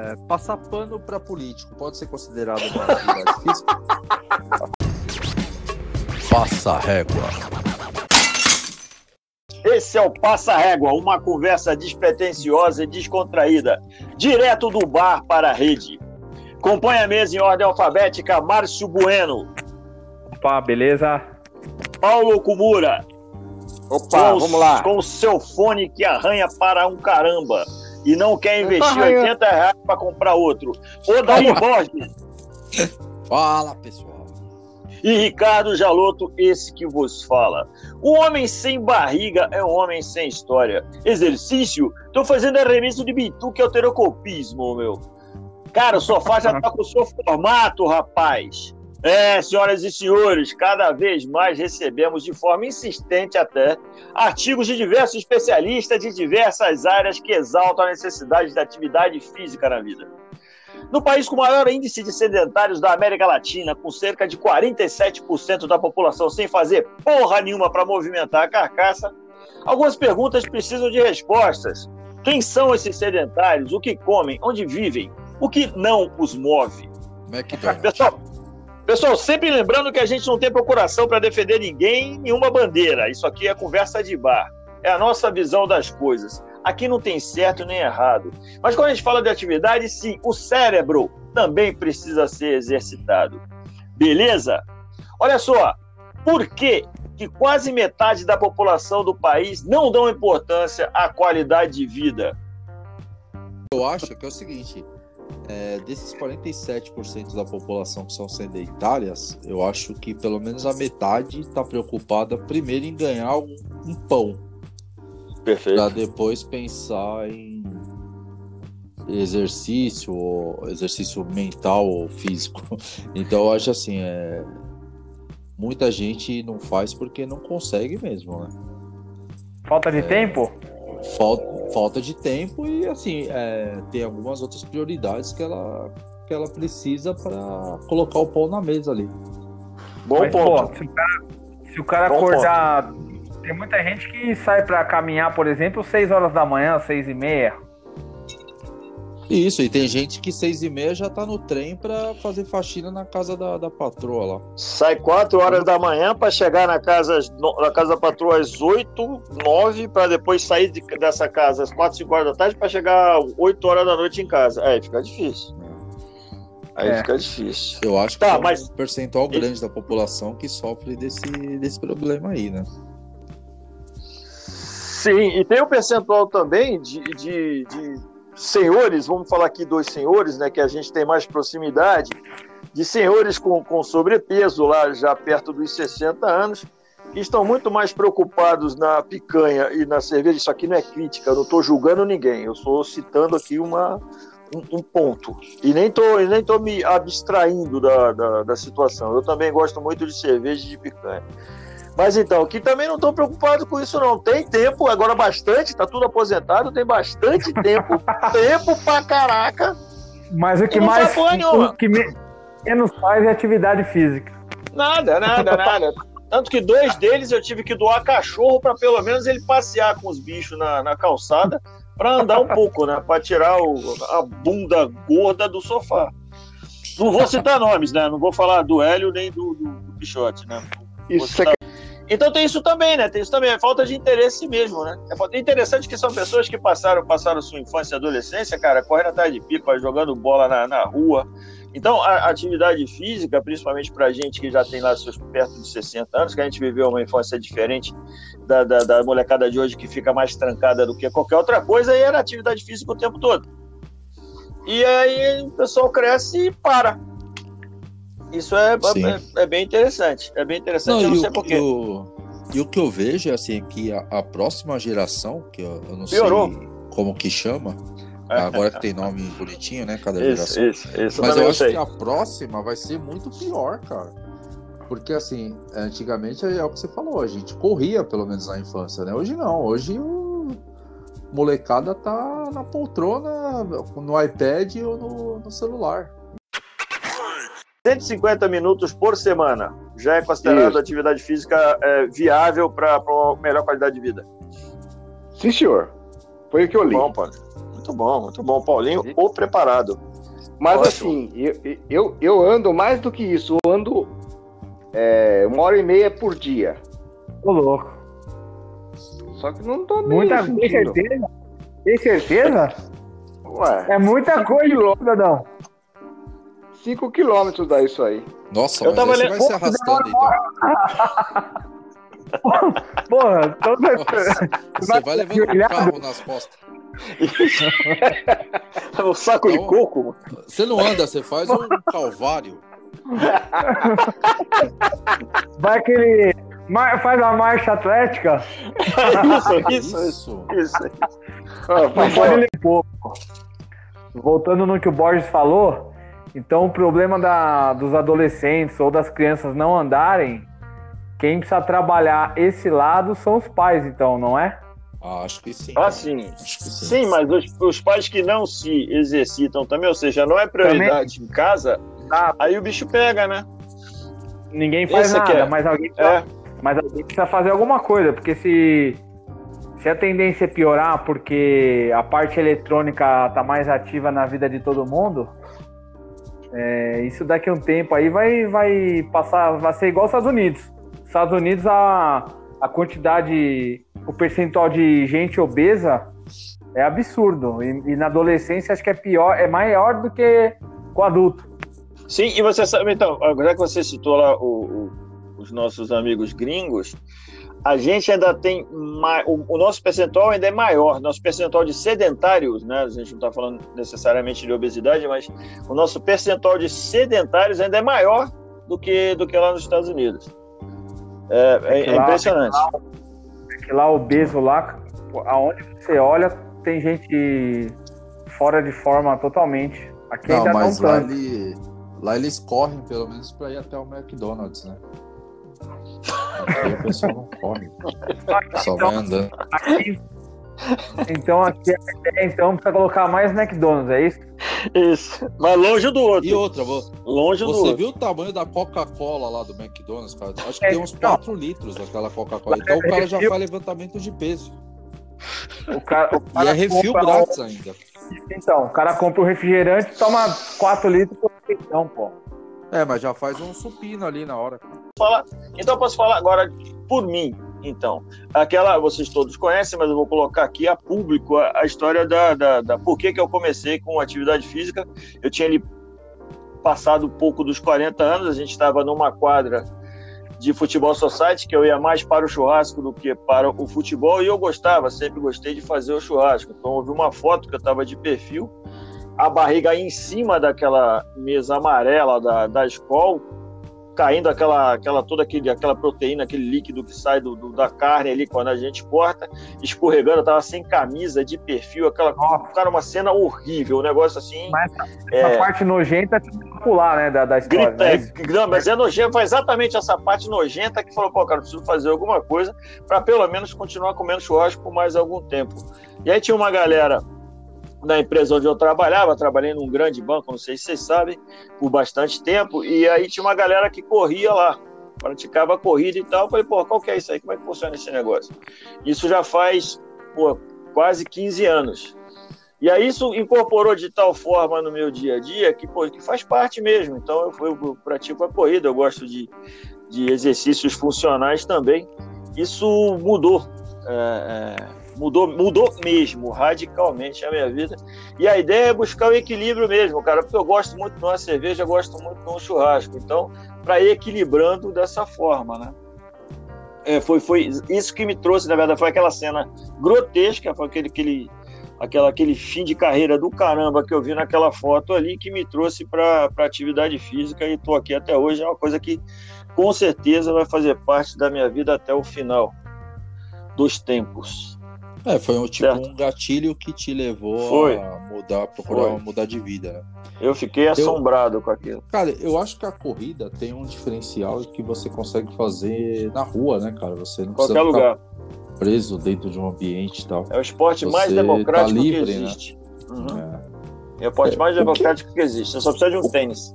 Passar pano para político pode ser considerado uma atividade física? Passa a régua. Esse é o Passa Régua, uma conversa despretensiosa e descontraída, direto do bar para a rede. Compõe a mesa em ordem alfabética, Márcio Bueno. Opa, beleza? Paulo Kumura. Opa, vamos lá. Com o seu fone que arranha para um caramba e não quer investir R$80 para comprar outro. Odair Borges. Fala, pessoal. E Ricardo Jalotto, esse que vos fala. Um homem sem barriga é um homem sem história. Exercício? Tô fazendo arremesso de bituca e alterocopismo, meu. Cara, o sofá já tá com o seu formato, rapaz. Senhoras e senhores, cada vez mais recebemos de forma insistente até artigos de diversos especialistas de diversas áreas que exaltam a necessidade da atividade física na vida. No país com o maior índice de sedentários da América Latina, com cerca de 47% da população sem fazer porra nenhuma para movimentar a carcaça, algumas perguntas precisam de respostas. Quem são esses sedentários? O que comem? Onde vivem? O que não os move? Pessoal, sempre lembrando que a gente não tem procuração para defender ninguém, nenhuma bandeira. Isso aqui é conversa de bar. É a nossa visão das coisas. Aqui não tem certo nem errado. Mas quando a gente fala de atividade, sim, o cérebro também precisa ser exercitado. Beleza? Olha só, por que quase metade da população do país não dão importância à qualidade de vida? Eu acho que é o seguinte... desses 47% da população que são sedentárias, eu acho que pelo menos a metade está preocupada primeiro em ganhar um pão. Perfeito. Para depois pensar em exercício mental ou físico. Então eu acho assim, muita gente não faz porque não consegue mesmo, né? Falta de tempo? Falta de tempo e assim tem algumas outras prioridades que ela precisa para colocar o pão na mesa ali. Bom ponto. Se o cara acordar, tem muita gente que sai para caminhar, por exemplo, 6 horas da manhã, 6h30. Isso, e tem gente que 6h30 já tá no trem para fazer faxina na casa da patroa lá. Sai 4 horas da manhã para chegar na casa da patroa às 8, 9, para depois sair dessa casa às 4, 5 horas da tarde para chegar 8 horas da noite em casa. Aí fica difícil. Fica difícil. Eu acho que mas um percentual grande da população que sofre desse problema aí, né? Sim, e tem um percentual também de senhores, vamos falar aqui 2 senhores, né, que a gente tem mais proximidade, de senhores com sobrepeso lá já perto dos 60 anos, que estão muito mais preocupados na picanha e na cerveja. Isso aqui não é crítica, eu não estou julgando ninguém, eu estou citando aqui um ponto. E nem tô me abstraindo da situação. Eu também gosto muito de cerveja e de picanha. Mas então, que também não estão preocupados com isso não. Tem tempo, agora bastante, tá tudo aposentado, tem bastante tempo. Tempo pra caraca. Mas o que mais menos faz é atividade física. Nada. Tanto que 2 deles eu tive que doar cachorro para pelo menos ele passear com os bichos na calçada para andar um pouco, né? Para tirar a bunda gorda do sofá. Não vou citar nomes, né? Não vou falar do Hélio nem do Pichote, né? Então tem isso também, né? Tem isso também, é falta de interesse mesmo, né? É interessante que são pessoas que passaram sua infância e adolescência, cara, correndo atrás de pipa, jogando bola na rua. Então a atividade física, principalmente pra gente que já tem lá seus perto de 60 anos, que a gente viveu uma infância diferente da molecada de hoje, que fica mais trancada do que qualquer outra coisa, e era atividade física o tempo todo. E aí o pessoal cresce e para. Isso é bem interessante. É bem interessante, eu não sei porquê. E o que eu vejo é assim, que a próxima geração, que eu não piorou. Sei como que chama, agora que tem nome bonitinho, né? Cada geração. Isso, mas eu acho que a próxima vai ser muito pior, cara. Porque assim, antigamente é o que você falou, a gente corria pelo menos na infância, né? Hoje não, hoje o molecada tá na poltrona, no iPad ou no celular. 150 minutos por semana já é considerado atividade física viável para uma melhor qualidade de vida? Sim, senhor. Foi o que eu li. Bom, pô. Muito Muito bom, Paulinho, o preparado. Mas ótimo. Assim, eu ando mais do que isso, eu ando 1h30 por dia. Tô louco. Só que não tô nem muita Tem certeza? Tem certeza? Ué, é muita coisa, cidadão. 5 quilômetros dá isso aí. Nossa, mas aí você vai se arrastando, então. Porra, você vai levando um carro nas costas. Um saco de coco? Você não anda, você faz um calvário. Vai faz a marcha atlética. Isso. Mas pode ler um pouco. Voltando no que o Borges falou, então o problema dos adolescentes ou das crianças não andarem, quem precisa trabalhar esse lado são os pais, então, não é? Acho que sim. Sim. Sim, mas os pais que não se exercitam também, ou seja, não é prioridade também em casa, aí o bicho pega, né? Ninguém faz nada, mas alguém precisa fazer alguma coisa, porque se a tendência é piorar porque a parte eletrônica tá mais ativa na vida de todo mundo, isso daqui a um tempo aí vai passar, vai ser igual aos Estados Unidos. Estados Unidos, a quantidade, o percentual de gente obesa é absurdo. E na adolescência acho que é maior do que com o adulto. Sim, e você sabe, então, já que você citou lá os nossos amigos gringos, a gente ainda tem o nosso percentual ainda é maior, nosso percentual de sedentários, né? A gente não está falando necessariamente de obesidade, mas o nosso percentual de sedentários ainda é maior do que lá nos Estados Unidos. É impressionante. Que lá obeso lá, aonde você olha, tem gente fora de forma totalmente. Aqui ainda não tanto. Lá eles correm pelo menos para ir até o McDonald's, né? Aqui o pessoal não corre. Só vai andando. Então aqui precisa colocar mais McDonald's, é isso? Isso, mas longe do outro. E outra, longe do outro. Você viu o tamanho da Coca-Cola lá do McDonald's, cara? Acho que tem uns 4 litros daquela Coca-Cola. Então o cara já faz levantamento de peso. O cara e é refil grátis ainda. Então, o cara compra o refrigerante e toma 4 litros por refeição, pô. Mas já faz um supino ali na hora. Então eu posso falar agora por mim. Então, vocês todos conhecem, mas eu vou colocar aqui a público a história da por que eu comecei com atividade física. Eu tinha ali passado um pouco dos 40 anos, a gente estava numa quadra de futebol society, que eu ia mais para o churrasco do que para o futebol, e eu sempre gostei de fazer o churrasco. Então eu vi uma foto que eu estava de perfil, a barriga aí em cima daquela mesa amarela da escola, caindo aquela proteína, aquele líquido que sai da carne ali quando a gente corta, escorregando, eu tava sem camisa, de perfil, cara, uma cena horrível, um negócio assim. Mas essa parte nojenta é pular, né, da história. Não, mas é nojento, foi exatamente essa parte nojenta que falou, cara, preciso fazer alguma coisa para pelo menos continuar comendo churrasco por mais algum tempo. E aí tinha uma galera na empresa onde eu trabalhei num grande banco, não sei se vocês sabem, por bastante tempo, e aí tinha uma galera que corria lá, praticava corrida e tal. Eu falei, qual que é isso aí? Como é que funciona esse negócio? Isso já faz, quase 15 anos. E aí isso incorporou de tal forma no meu dia a dia que faz parte mesmo. Então eu pratico a corrida, eu gosto de exercícios funcionais também. Isso mudou. Mudou mesmo, radicalmente a minha vida. E a ideia é buscar o equilíbrio mesmo, cara, porque eu gosto muito de uma cerveja, gosto muito de um churrasco. Então, para ir equilibrando dessa forma, né? Foi isso que me trouxe, na verdade, foi aquela cena grotesca, foi aquele fim de carreira do caramba que eu vi naquela foto ali, que me trouxe para atividade física, e estou aqui até hoje. É uma coisa que, com certeza, vai fazer parte da minha vida até o final dos tempos. Foi um gatilho que te levou a procurar mudar de vida, né? Eu fiquei assombrado com aquilo. Cara, eu acho que a corrida tem um diferencial que você consegue fazer na rua, né, cara? Você não precisa lugar. Preso dentro de um ambiente e tal. É o esporte mais democrático que existe. Né? Uhum. É o esporte mais democrático que existe. Você só precisa de um tênis.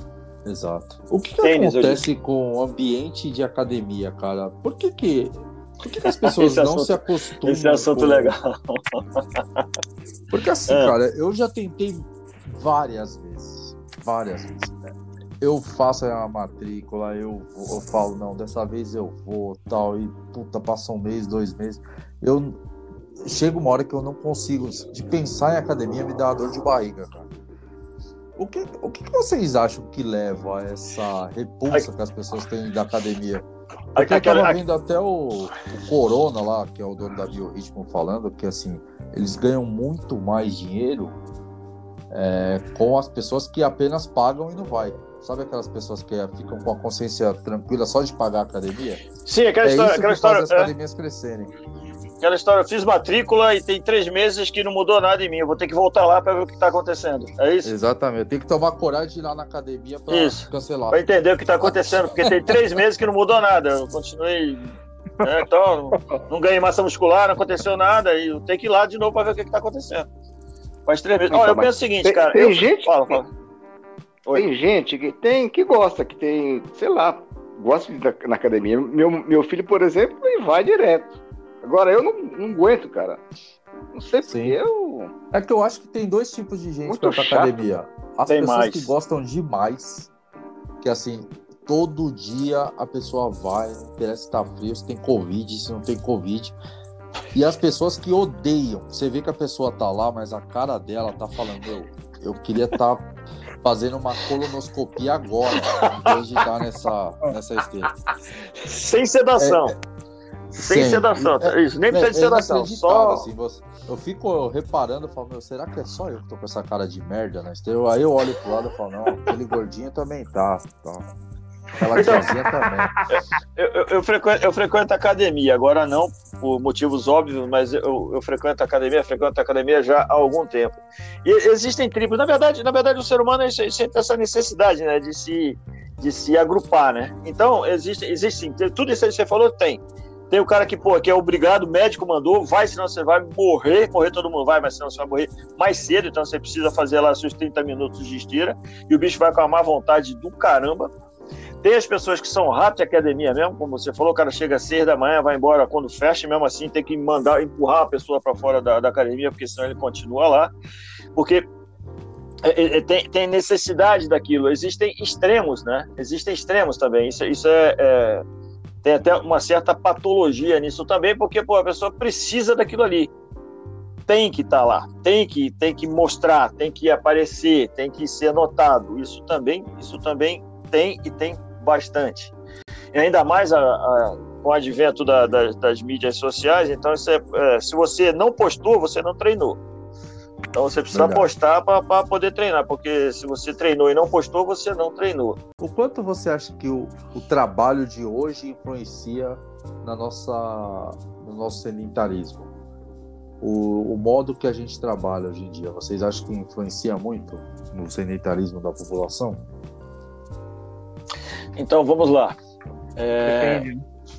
Exato. O que acontece com o ambiente de academia, cara? Por que Por que as pessoas não se acostumam? Esse assunto legal. Porque assim, cara, eu já tentei várias vezes. Eu faço a matrícula, eu falo, não, dessa vez eu vou, tal, e puta, passa 1 mês, 2 meses. Chega uma hora que eu não consigo, de pensar em academia me dá uma dor de barriga, cara. O que vocês acham que leva a essa repulsa que as pessoas têm da academia? Porque eu tava vendo até o Corona lá, que é o dono da Biorritmo, falando que assim, eles ganham muito mais dinheiro com as pessoas que apenas pagam e não vai. Sabe aquelas pessoas que ficam com a consciência tranquila só de pagar a academia? Sim, aquela história faz as academias crescerem. Aquela história, eu fiz matrícula e tem 3 meses que não mudou nada em mim. Eu vou ter que voltar lá para ver o que está acontecendo. É isso? Exatamente. Tem que tomar coragem de ir lá na academia para cancelar. Para entender o que está acontecendo, porque tem 3 meses que não mudou nada. Eu continuei. Então, não ganhei massa muscular, não aconteceu nada. E eu tenho que ir lá de novo para ver o que está acontecendo. Faz 3 meses. Eu penso o seguinte, cara. Tem gente. Fala. Tem gente que gosta, que tem, sei lá, gosta de ir na academia. Meu filho, por exemplo, ele vai direto. Agora, eu não aguento, cara. Não sei porque eu... É que eu acho que tem 2 tipos de gente pra academia. As pessoas que gostam demais, que assim, todo dia a pessoa vai, não interessa se tá frio, se tem Covid, se não tem Covid. E as pessoas que odeiam. Você vê que a pessoa tá lá, mas a cara dela tá falando, eu queria estar fazendo uma colonoscopia agora, em vez de estar nessa esteira. Sem sedação. Sem sedação, isso, nem precisa de sedação. Só... assim, eu fico reparando, eu falo, será que é só eu que tô com essa cara de merda na esteira? Aí eu olho pro lado e falo, não, aquele gordinho também tá. Aquela tiazinha também. Eu frequento a academia, agora não por motivos óbvios, mas eu frequento a academia já há algum tempo. E existem tribos, na verdade o ser humano sempre tem essa necessidade, né, de se agrupar, né? Então, existe tudo isso aí que você falou, tem. Tem o cara que é obrigado, o médico mandou, vai, senão você vai morrer todo mundo vai, mas senão você vai morrer mais cedo, então você precisa fazer lá seus 30 minutos de esteira, e o bicho vai com a má vontade do caramba. Tem as pessoas que são ratos de academia mesmo, como você falou, o cara chega às 6 da manhã, vai embora quando fecha, mesmo assim tem que empurrar a pessoa para fora da academia, porque senão ele continua lá, porque tem necessidade daquilo. Existem extremos, né? Existem extremos também, isso tem até uma certa patologia nisso também, porque a pessoa precisa daquilo ali. Tem que estar lá, tem que mostrar, tem que aparecer, tem que ser notado. Isso também tem e tem bastante. E ainda mais com o advento das mídias sociais, então se você não postou, você não treinou. Então você precisa postar para poder treinar, porque se você treinou e não postou, você não treinou. O quanto você acha que o trabalho de hoje influencia no nosso sedentarismo? O modo que a gente trabalha hoje em dia, vocês acham que influencia muito no sedentarismo da população? Então, vamos lá. Depende.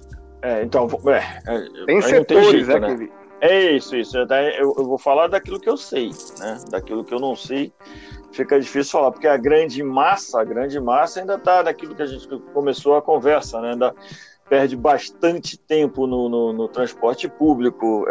Tem setores, jeito, né? É isso. Eu vou falar daquilo que eu sei, né? Daquilo que eu não sei, fica difícil falar, porque a grande massa ainda está naquilo que a gente começou a conversa, né? Ainda perde bastante tempo no transporte público,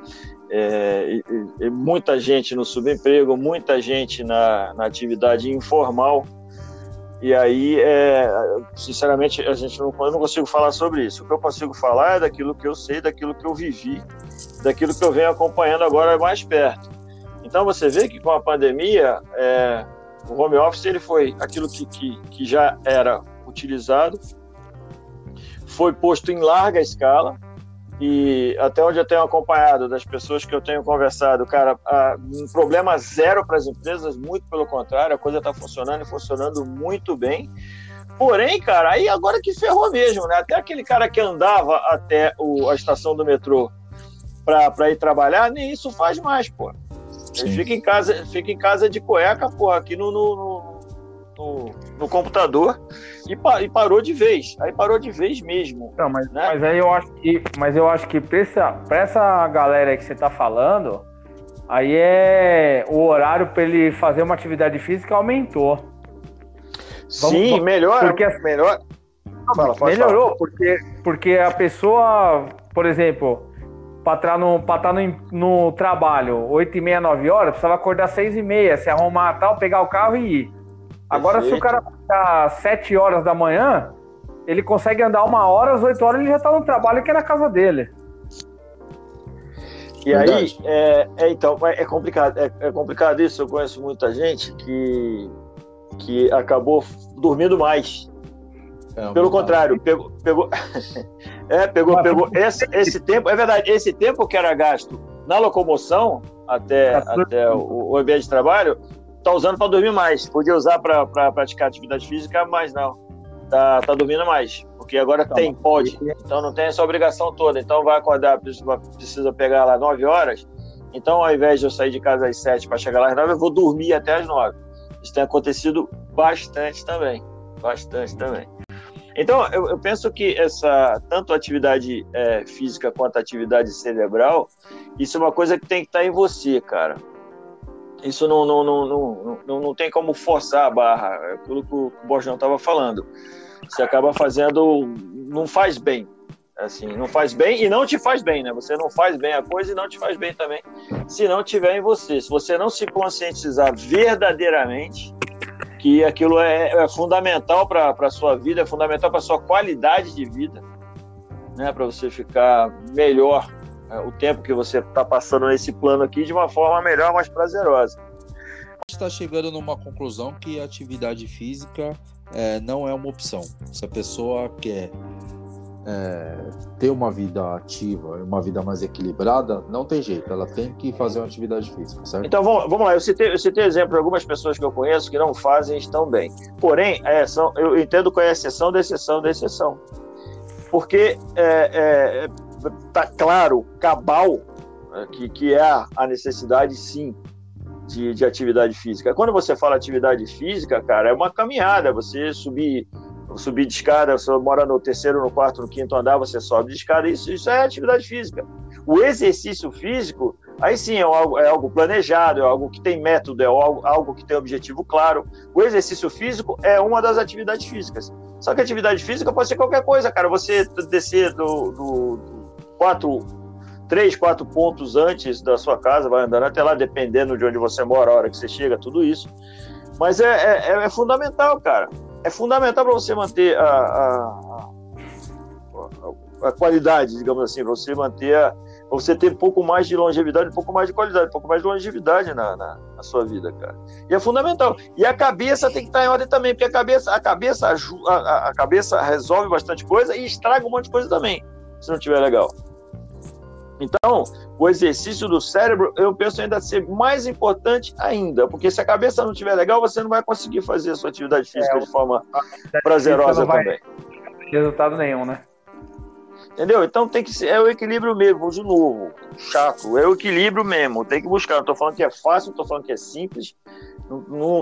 muita gente no subemprego, muita gente na atividade informal. E aí, sinceramente, eu não consigo falar sobre isso. O que eu consigo falar é daquilo que eu sei, daquilo que eu vivi, daquilo que eu venho acompanhando agora mais perto. Então, você vê que com a pandemia, o home office ele foi aquilo que já era utilizado, foi posto em larga escala, e até onde eu tenho acompanhado das pessoas que eu tenho conversado, cara, um problema zero para as empresas, muito pelo contrário, a coisa está funcionando e funcionando muito bem. Porém, cara, aí agora que ferrou mesmo, né? Até aquele cara que andava até a estação do metrô para ir trabalhar, nem isso faz mais, pô. Ele fica em casa de cueca, pô, aqui no computador e parou de vez. Aí parou de vez mesmo. Não, mas, né? mas eu acho que pra essa galera aí que você tá falando, aí o horário para ele fazer uma atividade física aumentou. Melhor. Melhorou, porque a pessoa por exemplo, para estar no trabalho 8h30, 9 horas, precisava acordar 6h30, se arrumar tal, pegar o carro e ir. Agora, se o cara acordar 7 horas da manhã, ele consegue andar 1 hora, às 8 horas ele já tá no trabalho que é na casa dele. E aí, então, é complicado. É complicado isso. Eu conheço muita gente que acabou dormindo mais. Pelo contrário, pegou esse tempo. É verdade, esse tempo que era gasto na locomoção até o ambiente de trabalho, tá usando para dormir mais. Podia usar para praticar atividade física, mas não. Tá dormindo mais. Porque agora pode. Então não tem essa obrigação toda. Então vai acordar, precisa pegar lá 9 horas. Então, ao invés de eu sair de casa às 7 para chegar lá às 9, eu vou dormir até às 9. Isso tem acontecido bastante também. Então, eu penso que tanto a atividade física quanto a atividade cerebral, isso é uma coisa que tem que estar em você, cara. Isso não tem como forçar a barra. É aquilo que o Borjão estava falando. Você acaba fazendo, não faz bem. Assim, não faz bem e não te faz bem, né? Você não faz bem a coisa e não te faz bem também, se não tiver em você. Se você não se conscientizar verdadeiramente que aquilo é fundamental para a sua vida, é fundamental para a sua qualidade de vida, né? Para você ficar melhor o tempo que você está passando nesse plano aqui de uma forma melhor, mais prazerosa. A gente está chegando numa conclusão que a atividade física não é uma opção. Se a pessoa quer ter uma vida ativa, uma vida mais equilibrada, não tem jeito, ela tem que fazer uma atividade física, certo? Então vamos lá, eu citei exemplo de algumas pessoas que eu conheço que não fazem e estão bem. Porém, eu entendo que é exceção da exceção da exceção. Porque tá claro, cabal, que é a necessidade, sim, de atividade física. Quando você fala atividade física, cara, é uma caminhada, você subir de escada, você mora no 3º, no 4º, no 5º andar, você sobe de escada, isso é atividade física. O exercício físico, aí sim, é algo planejado, é algo que tem método, é algo que tem objetivo claro. O exercício físico é uma das atividades físicas. Só que a atividade física pode ser qualquer coisa, cara. Você descer do 3, 4 pontos antes da sua casa, vai andando até lá, dependendo de onde você mora, a hora que você chega, tudo isso. Mas é fundamental, cara. É fundamental para você manter a qualidade, digamos assim, você manter você ter um pouco mais de longevidade, um pouco mais de qualidade, um pouco mais de longevidade na sua vida, cara. E é fundamental. E a cabeça tem que estar em ordem também, porque a cabeça resolve bastante coisa e estraga um monte de coisa também, se não estiver legal. Então, o exercício do cérebro, eu penso ainda ser mais importante ainda, porque se a cabeça não estiver legal, você não vai conseguir fazer a sua atividade física de forma prazerosa também. Não vai ter resultado nenhum, né? Entendeu? Então tem que ser, o equilíbrio mesmo, de novo, chato, é o equilíbrio mesmo, tem que buscar. Não estou falando que é fácil, não estou falando que é simples, não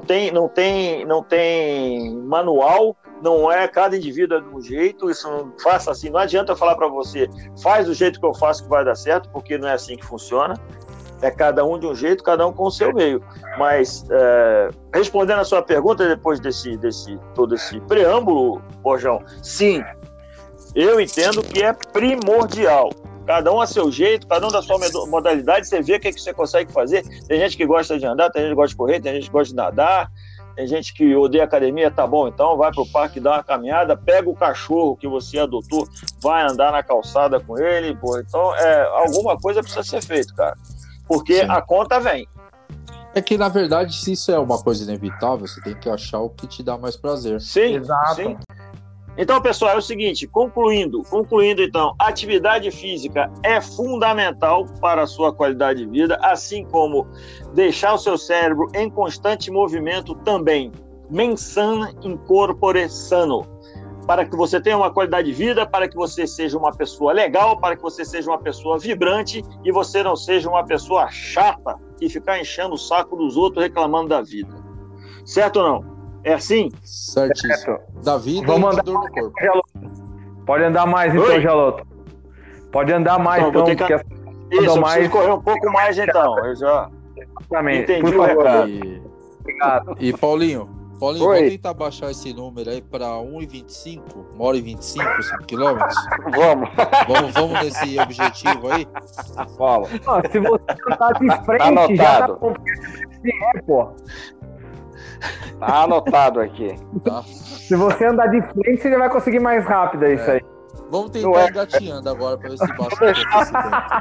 tem manual, não é, cada indivíduo é de um jeito, isso não faça assim, não adianta eu falar para você, faz do jeito que eu faço que vai dar certo, porque não é assim que funciona, é cada um de um jeito, cada um com o seu meio. Mas, respondendo a sua pergunta, depois todo esse preâmbulo, Borjão, sim, eu entendo que é primordial. Cada um a seu jeito, cada um da sua modalidade, você vê o que você consegue fazer. Tem gente que gosta de andar, tem gente que gosta de correr, tem gente que gosta de nadar, tem gente que odeia academia, tá bom, então vai pro parque, dá uma caminhada, pega o cachorro que você adotou, vai andar na calçada com ele, pô. Então, alguma coisa precisa ser feita, cara. Porque sim, a conta vem. É que, na verdade, se isso é uma coisa inevitável, você tem que achar o que te dá mais prazer. Sim, exato. Sim. Então, pessoal, é o seguinte, concluindo, então, atividade física é fundamental para a sua qualidade de vida, assim como deixar o seu cérebro em constante movimento também. Mens sana in corpore sano. Para que você tenha uma qualidade de vida, para que você seja uma pessoa legal, para que você seja uma pessoa vibrante e você não seja uma pessoa chata que ficar enchendo o saco dos outros reclamando da vida. Certo ou não? É assim? Certíssimo. Da vida vamos e andar dor no corpo. Pode andar mais, então, Jaloto. Pode andar mais, então. Isso, eu preciso correr um pouco mais, então. Eu já entendi o recado. E Paulinho, Paulinho, vamos tentar baixar esse número aí para 1h25, 1h25, 5 km? Vamos nesse objetivo aí? Vamos. Se você andar de frente, já tá pô. Tá anotado aqui. Tá. Se você andar de frente, você já vai conseguir mais rápido isso aí. Vamos tentar engatinhando agora para ver se baixa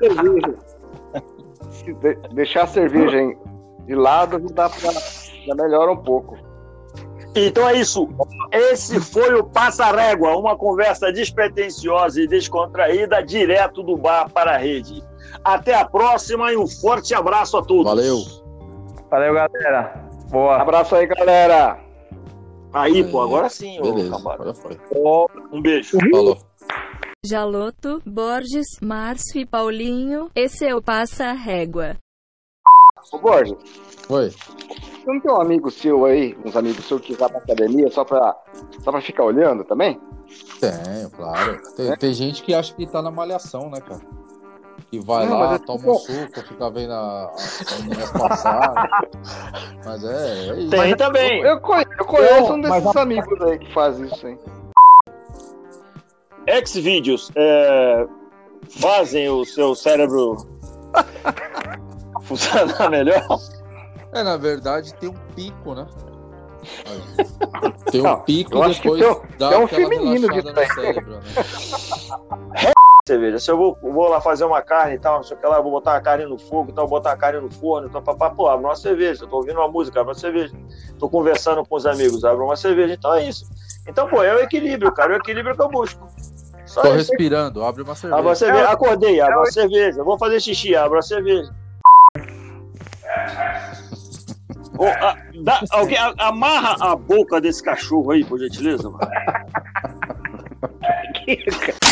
Se deixar a cerveja de lado, já melhora um pouco. Então é isso. Esse foi o Passa Régua, uma conversa despretensiosa e descontraída direto do bar para a rede. Até a próxima e um forte abraço a todos. Valeu, galera. Boa. Abraço aí, galera. Aí, pô, agora sim. Beleza, agora foi. Um beijo. Falou. Jaloto, Borges, Márcio e Paulinho, esse é o Passa Régua. Ô, Borges. Oi. Você não tem um amigo seu aí, uns amigos seus que vai pra academia só pra ficar olhando também? Tenho, claro. Tem gente que acha que tá na malhação, né, cara? Que vai lá, toma um suco, fica vendo as meninas passar. Mas é isso. Tem também. Eu conheço um desses amigos aí que faz isso, hein? Xvideos fazem o seu cérebro funcionar melhor? Na verdade tem um pico, né? Tem um pico e depois dá um feminino de no cérebro, né? Cerveja, se eu vou lá fazer uma carne e tal, não sei o que lá, vou botar a carne no fogo e tal, botar a carne no forno, então, pô, abro uma cerveja, eu tô ouvindo uma música, abro uma cerveja, tô conversando com os amigos, abro uma cerveja, então é isso. Então, pô, é o equilíbrio, cara, é o equilíbrio que eu busco. Só tô respirando, abre uma cerveja. Abro uma cerveja, acordei, abro uma cerveja, vou fazer xixi, abro uma cerveja. Alguém amarra a boca desse cachorro aí, por gentileza, mano.